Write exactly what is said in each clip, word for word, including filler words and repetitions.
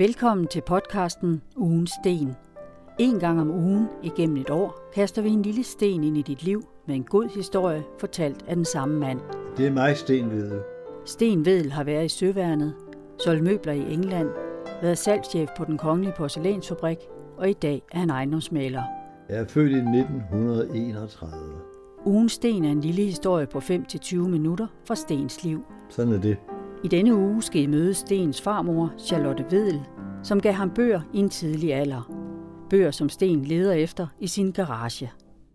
Velkommen til podcasten Ugens Sten. En gang om ugen igennem et år kaster vi en lille sten ind i dit liv med en god historie fortalt af den samme mand. Det er mig, Sten Vedel. Sten Vedel har været i Søværnet, solgt møbler i England, været salgschef på Den Kongelige Porcelænsfabrik, og i dag er han ejendomsmægler. Jeg er født i nitten enogtredive. Ugens Sten er en lille historie på fem til tyve minutter fra Stens liv. Sådan er det. I denne uge skal I møde Stens farmor, Charlotte Vedel, som gav ham bøger i en tidlig alder. Bøger, som Sten leder efter i sin garage.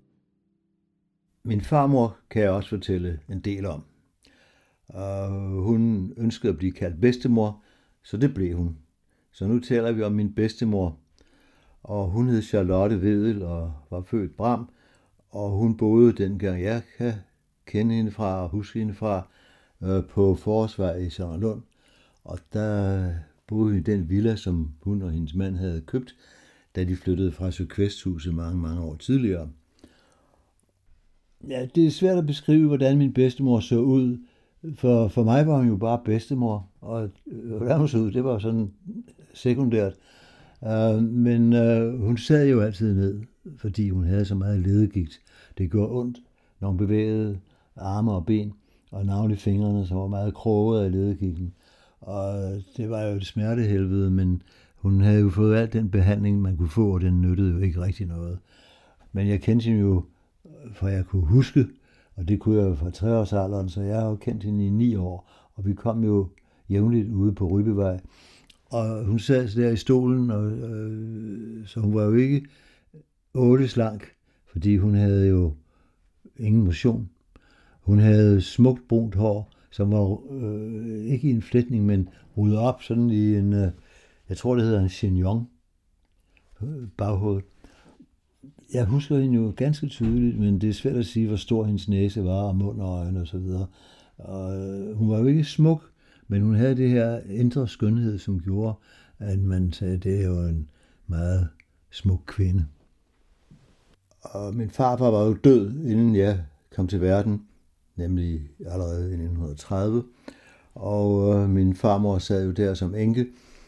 Min farmor kan jeg også fortælle en del om. Og hun ønskede at blive kaldt bedstemor, så det blev hun. Så nu taler vi om min bedstemor. Og hun hed Charlotte Vedel og var født Bram. Og hun boede dengang, jeg kan kende hende fra og huske hende fra, på Forårsvej i Sønderlund. Og der boede hun i den villa, som hun og hendes mand havde købt, da de flyttede fra Sydkvæsthuset mange, mange år tidligere. Ja, det er svært at beskrive, hvordan min bedstemor så ud. For, for mig var hun jo bare bedstemor, og hvordan hun så ud, det var sådan sekundært. Uh, men uh, hun sad jo altid ned, fordi hun havde så meget ledegigt. Det gjorde ondt, når hun bevægede arme og ben, og navnlig fingrene, som var meget kroget af ledegigten. Og det var jo et smertehelvede, men hun havde jo fået alt den behandling, man kunne få, og den nyttede jo ikke rigtig noget. Men jeg kendte hende jo, for jeg kunne huske, og det kunne jeg jo fra treårsalderen, så jeg har jo kendt hende i ni år, og vi kom jo jævnligt ude på Rybevej. Og hun sad der i stolen, og, øh, så hun var jo ikke otte slank, fordi hun havde jo ingen motion. Hun havde smukt brunt hår, som var øh, ikke i en flætning, men ryddet op sådan i en, øh, jeg tror det hedder en chignon, baghoved. Jeg husker hende jo ganske tydeligt, men det er svært at sige, hvor stor hendes næse var, og mund og øjne og så videre. Og øh, hun var jo ikke smuk, men hun havde det her indre skønhed, som gjorde, at man sagde, det er jo en meget smuk kvinde. Og min farfar var jo død, inden jeg kom til verden, nemlig allerede i nitten tredive. Og øh, min farmor sad jo der som enke,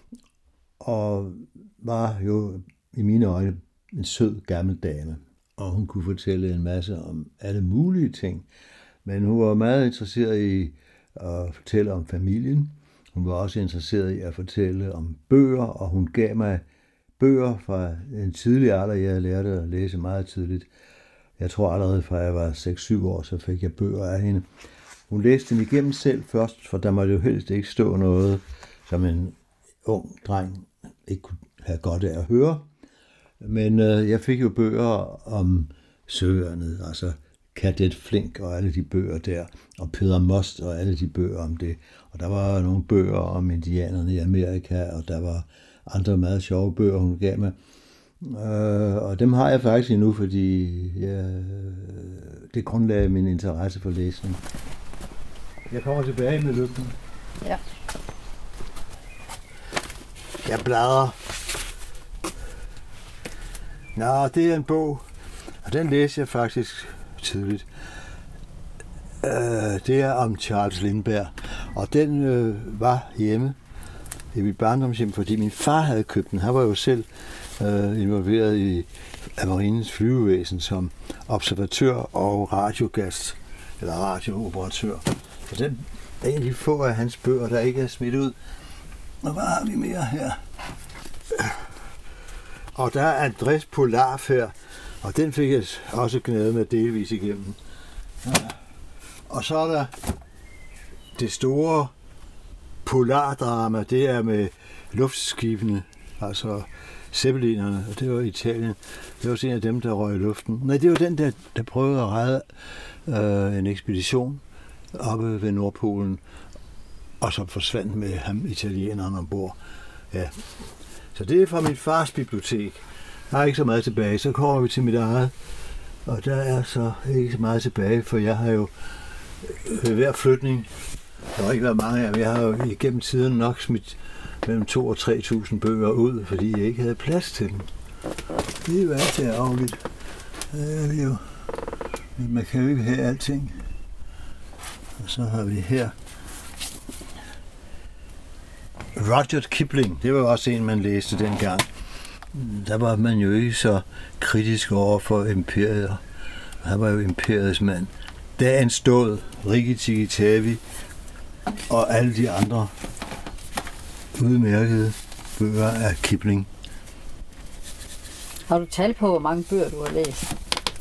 og var jo i mine øjne en sød gammel dame. Og hun kunne fortælle en masse om alle mulige ting. Men hun var meget interesseret i at fortælle om familien. Hun var også interesseret i at fortælle om bøger, og hun gav mig bøger fra en tidlig alder. Jeg lærte at læse meget tidligt. Jeg tror allerede fra jeg var seks syv år, så fik jeg bøger af hende. Hun læste dem igennem selv først, for der måtte jo helst ikke stå noget, som en ung dreng ikke kunne have godt af at høre. Men øh, jeg fik jo bøger om Søværnet, altså Cadet Flink og alle de bøger der, og Peder Most og alle de bøger om det. Og der var nogle bøger om indianerne i Amerika, og der var andre meget sjove bøger, hun gav mig. Øh, og dem har jeg faktisk endnu, fordi jeg, det grundlagde min interesse for læsning. Jeg kommer tilbage med lygten. Ja. Jeg bladrer. Nå, det er en bog, og den læser jeg faktisk tidligt. Øh, det er om Charles Lindbergh, og den øh, var hjemme i mit barndomshjem, fordi min far havde købt den. Han var jo selv øh, involveret i Marinens flyvevæsen som observatør og radiogast, eller radiooperatør. Så den er en af de få af hans bøger, der ikke er smidt ud. Og hvad har vi mere her? Og der er Andrés Polar her, og den fik jeg også glæde med delvis igennem. Ja. Og så er der det store polardrama, det er med luftskibene, altså zeppelinerne, og det var Italien. Det var også en af dem, der røg i luften. Nej, det var den, der, der prøvede at redde øh, en ekspedition oppe ved Nordpolen, og så forsvandt med ham italieneren ombord. Ja. Så det er fra min fars bibliotek. Der er ikke så meget tilbage. Så kommer vi til mit eget, og der er så ikke så meget tilbage, for jeg har jo ved hver flytning, der har ikke været mange af dem, jeg har jo igennem tiden nok smidt mellem to og tre tusind bøger ud, fordi jeg ikke havde plads til dem. Det er jo altid ærgerligt. Det er jo. Men man kan jo ikke have alting. Og så har vi her Rudyard Kipling, det var også en, man læste dengang. Der var man jo ikke så kritisk over for imperiet. Han var jo imperiets mand. Dagen stod, Rikki Tikki Tavi og alle de andre udmærkede bøger af Kipling. Har du tal på, hvor mange bøger du har læst?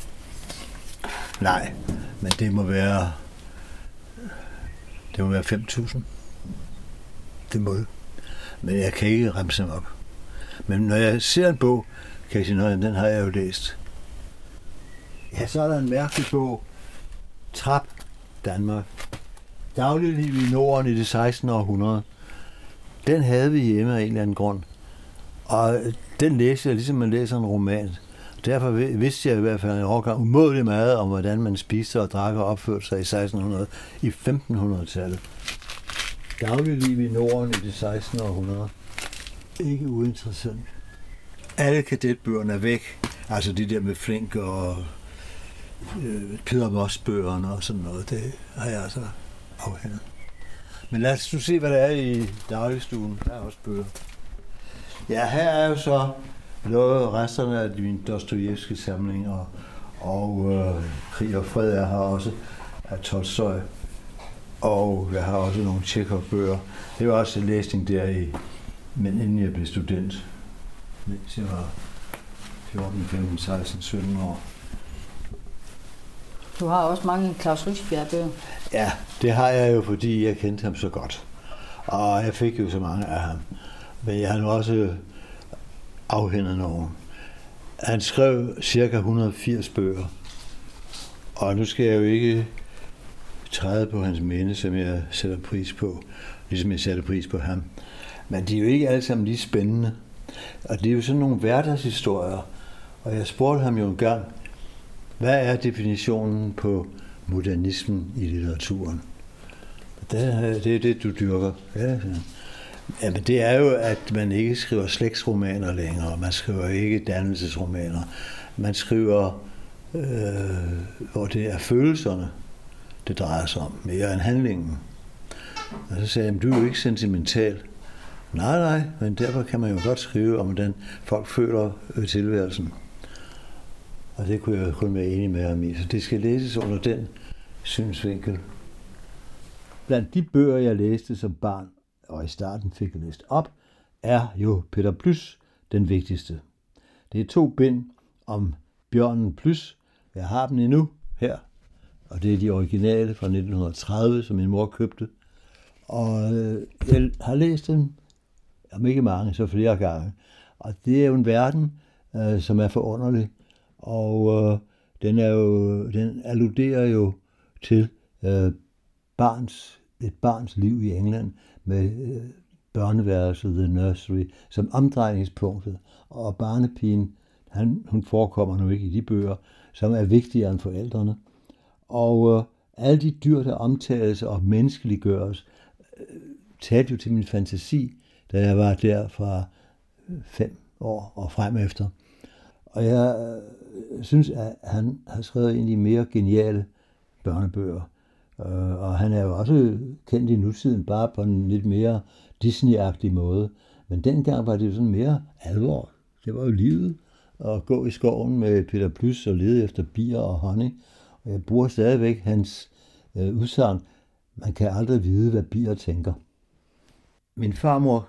Nej, men det må være det må være fem tusind. Det må det. Men jeg kan ikke remse dem op. Men når jeg ser en bog, kan jeg sige, at den har jeg jo læst. Ja, så er der en mærkelig bog. Trap, Danmark. Dagligliv i Norden i det sekstende århundrede. Den havde vi hjemme af en eller anden grund. Og den læste jeg, ligesom man læser en roman. Derfor vidste jeg i hvert fald en årgang umådeligt meget om, hvordan man spiste og drak og opførte sig i seksten hundrede i femtenhundredetallet. Dagligliv i Norden i det sekstende århundrede. Ikke uinteressant. Alle kadetbøgerne er væk. Altså de der med Flink og øh, Peder Moss-bøgerne og sådan noget. Det har jeg altså afhændet. Men lad os nu se, hvad der er i dagligstuen. Der er også bøger. Ja, her er jo så noget resterne af min Dostojevskij samling, og, og øh, Krig og Fred er her også af Tolstoj. Og jeg har også nogle Tjekhov-bøger. Det var også en læsning der i, men inden jeg blev student, mens jeg var fjorten, femten, seksten, sytten år. Du har også mange Klaus Rifbjerg-bøger. Ja, det har jeg jo, fordi jeg kendte ham så godt. Og jeg fik jo så mange af ham. Men jeg har nu også afhændet nogen. Han skrev cirka et hundrede og firs bøger. Og nu skal jeg jo ikke træde på hans minde, som jeg sætter pris på, ligesom jeg sætter pris på ham. Men de er jo ikke alle sammen lige spændende. Og det er jo sådan nogle hverdagshistorier. Og jeg spurgte ham jo en gang, hvad er definitionen på modernismen i litteraturen? Det er det, det du dyrker. Ja, jamen, det er jo, at man ikke skriver slægtsromaner længere. Man skriver ikke dannelsesromaner. Man skriver, øh, hvor det er følelserne, det drejer sig om, mere end handlingen. Og så sagde jeg, du er jo ikke sentimental. Nej, nej, men derfor kan man jo godt skrive om, hvordan folk føler tilværelsen. Og det kunne jeg kun være enig med ham i. Så det skal læses under den synsvinkel. Blandt de bøger, jeg læste som barn, og i starten fik jeg læst op, er jo Peter Plys den vigtigste. Det er to bind om bjørnen Plys. Jeg har dem endnu her, og det er de originale fra nitten tredive, som min mor købte. Og jeg har læst dem, om ikke mange, så flere gange. Og det er jo en verden, øh, som er forunderlig. Og øh, den, er jo, den alluderer jo til øh, barns, et barns liv i England med øh, børneværelset, The Nursery, som omdrejningspunktet. Og barnepigen, han, hun forekommer nu ikke i de bøger, som er vigtigere end forældrene. Og øh, alle de dyr, der omtales og menneskeliggøres, øh, talte jo til min fantasi, da jeg var der fra fem år og frem efter. Og jeg øh, synes, at han har skrevet en af de mere geniale børnebøger. Øh, og han er jo også kendt i nutiden, bare på en lidt mere Disney-agtig måde. Men dengang var det jo sådan mere alvor. Det var jo livet at gå i skoven med Peter Plys og lede efter bier og honning. Og jeg bruger stadigvæk hans øh, udsagn. Man kan aldrig vide, hvad bier tænker. Min farmor,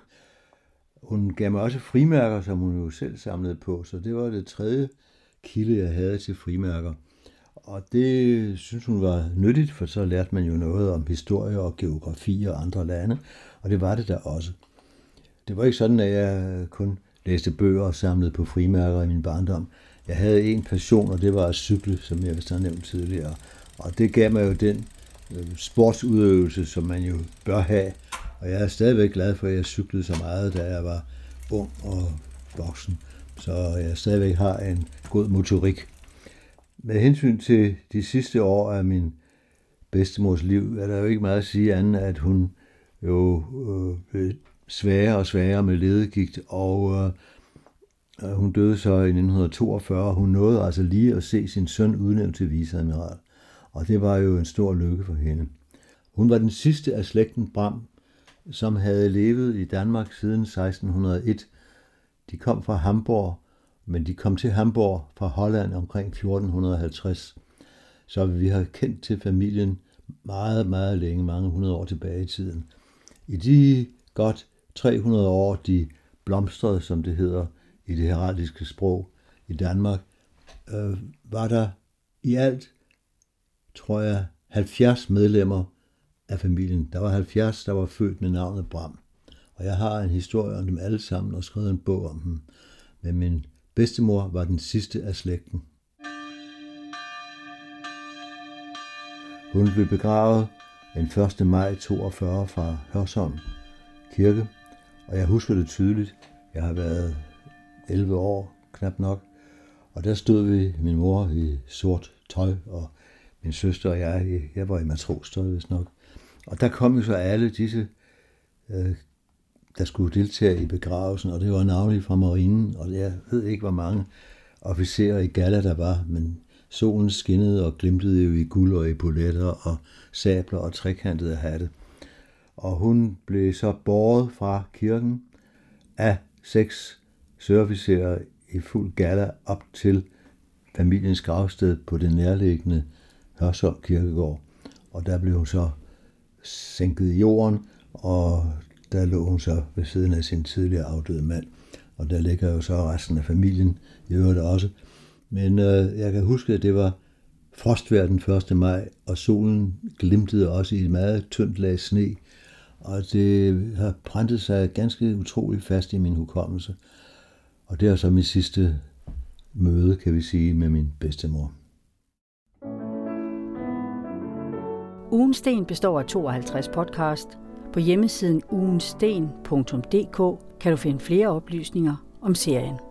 hun gav mig også frimærker, som hun jo selv samlede på, så det var det tredje kilde, jeg havde til frimærker. Og det synes hun var nyttigt, for så lærte man jo noget om historie og geografi og andre lande, og det var det der også. Det var ikke sådan, at jeg kun læste bøger og samlede på frimærker i min barndom. Jeg havde en passion, og det var at cykle, som jeg vist har nævnt tidligere. Og det gav mig jo den sportsudøvelse, som man jo bør have. Og jeg er stadigvæk glad for, at jeg cyklede så meget, da jeg var ung og voksen. Så jeg stadigvæk har en god motorik. Med hensyn til de sidste år af min bedstemors liv, er der jo ikke meget at sige andet, at hun jo øh, blev svagere og svagere med ledegigt, og øh, hun døde så i nitten toogfyrre. Hun nåede altså lige at se sin søn udnævnt til viceadmiral, og det var jo en stor lykke for hende. Hun var den sidste af slægten Bram, som havde levet i Danmark siden seksten hundrede og en. De kom fra Hamborg, men de kom til Hamborg fra Holland omkring fjorten halvtreds. Så vi har kendt til familien meget, meget længe, mange hundrede år tilbage i tiden. I de godt tre hundrede år, de blomstrede, som det hedder i det heraldiske sprog i Danmark, øh, var der i alt, tror jeg, halvfjerds medlemmer af familien. Der var halvfjerds, der var født med navnet Bram. Og jeg har en historie om dem alle sammen og skrevet en bog om dem. Men min bedstemor var den sidste af slægten. Hun blev begravet den første maj toogfyrre fra Hørsholm Kirke, og jeg husker det tydeligt. Jeg har været elleve år, knap nok, og der stod vi, min mor i sort tøj, og min søster og jeg, jeg var i matrostøj, hvis nok. Og der kom jo så alle disse, øh, der skulle deltage i begravelsen, og det var navnlig fra marinen, og jeg ved ikke, hvor mange officerer i galla der var, men solen skinnede og glimtede jo i guld og epauletter og sabler og trekantede hatte. Og hun blev så båret fra kirken af seks søofficerer i fuld galla op til familiens gravsted på det nærliggende Hørsholm Kirkegård. Og der blev hun så sænket i jorden, og der lå hun så ved siden af sin tidligere afdøde mand. Og der ligger jo så resten af familien i øvrigt også. Men øh, jeg kan huske, at det var frostvejr den første maj, og solen glimtede også i et meget tyndt lag sne. Og det har præntet sig ganske utroligt fast i min hukommelse. Og det er så min sidste møde, kan vi sige, med min bedstemor. Ugens Sten består af tooghalvtreds podcast. På hjemmesiden ugensten punktum d k kan du finde flere oplysninger om serien.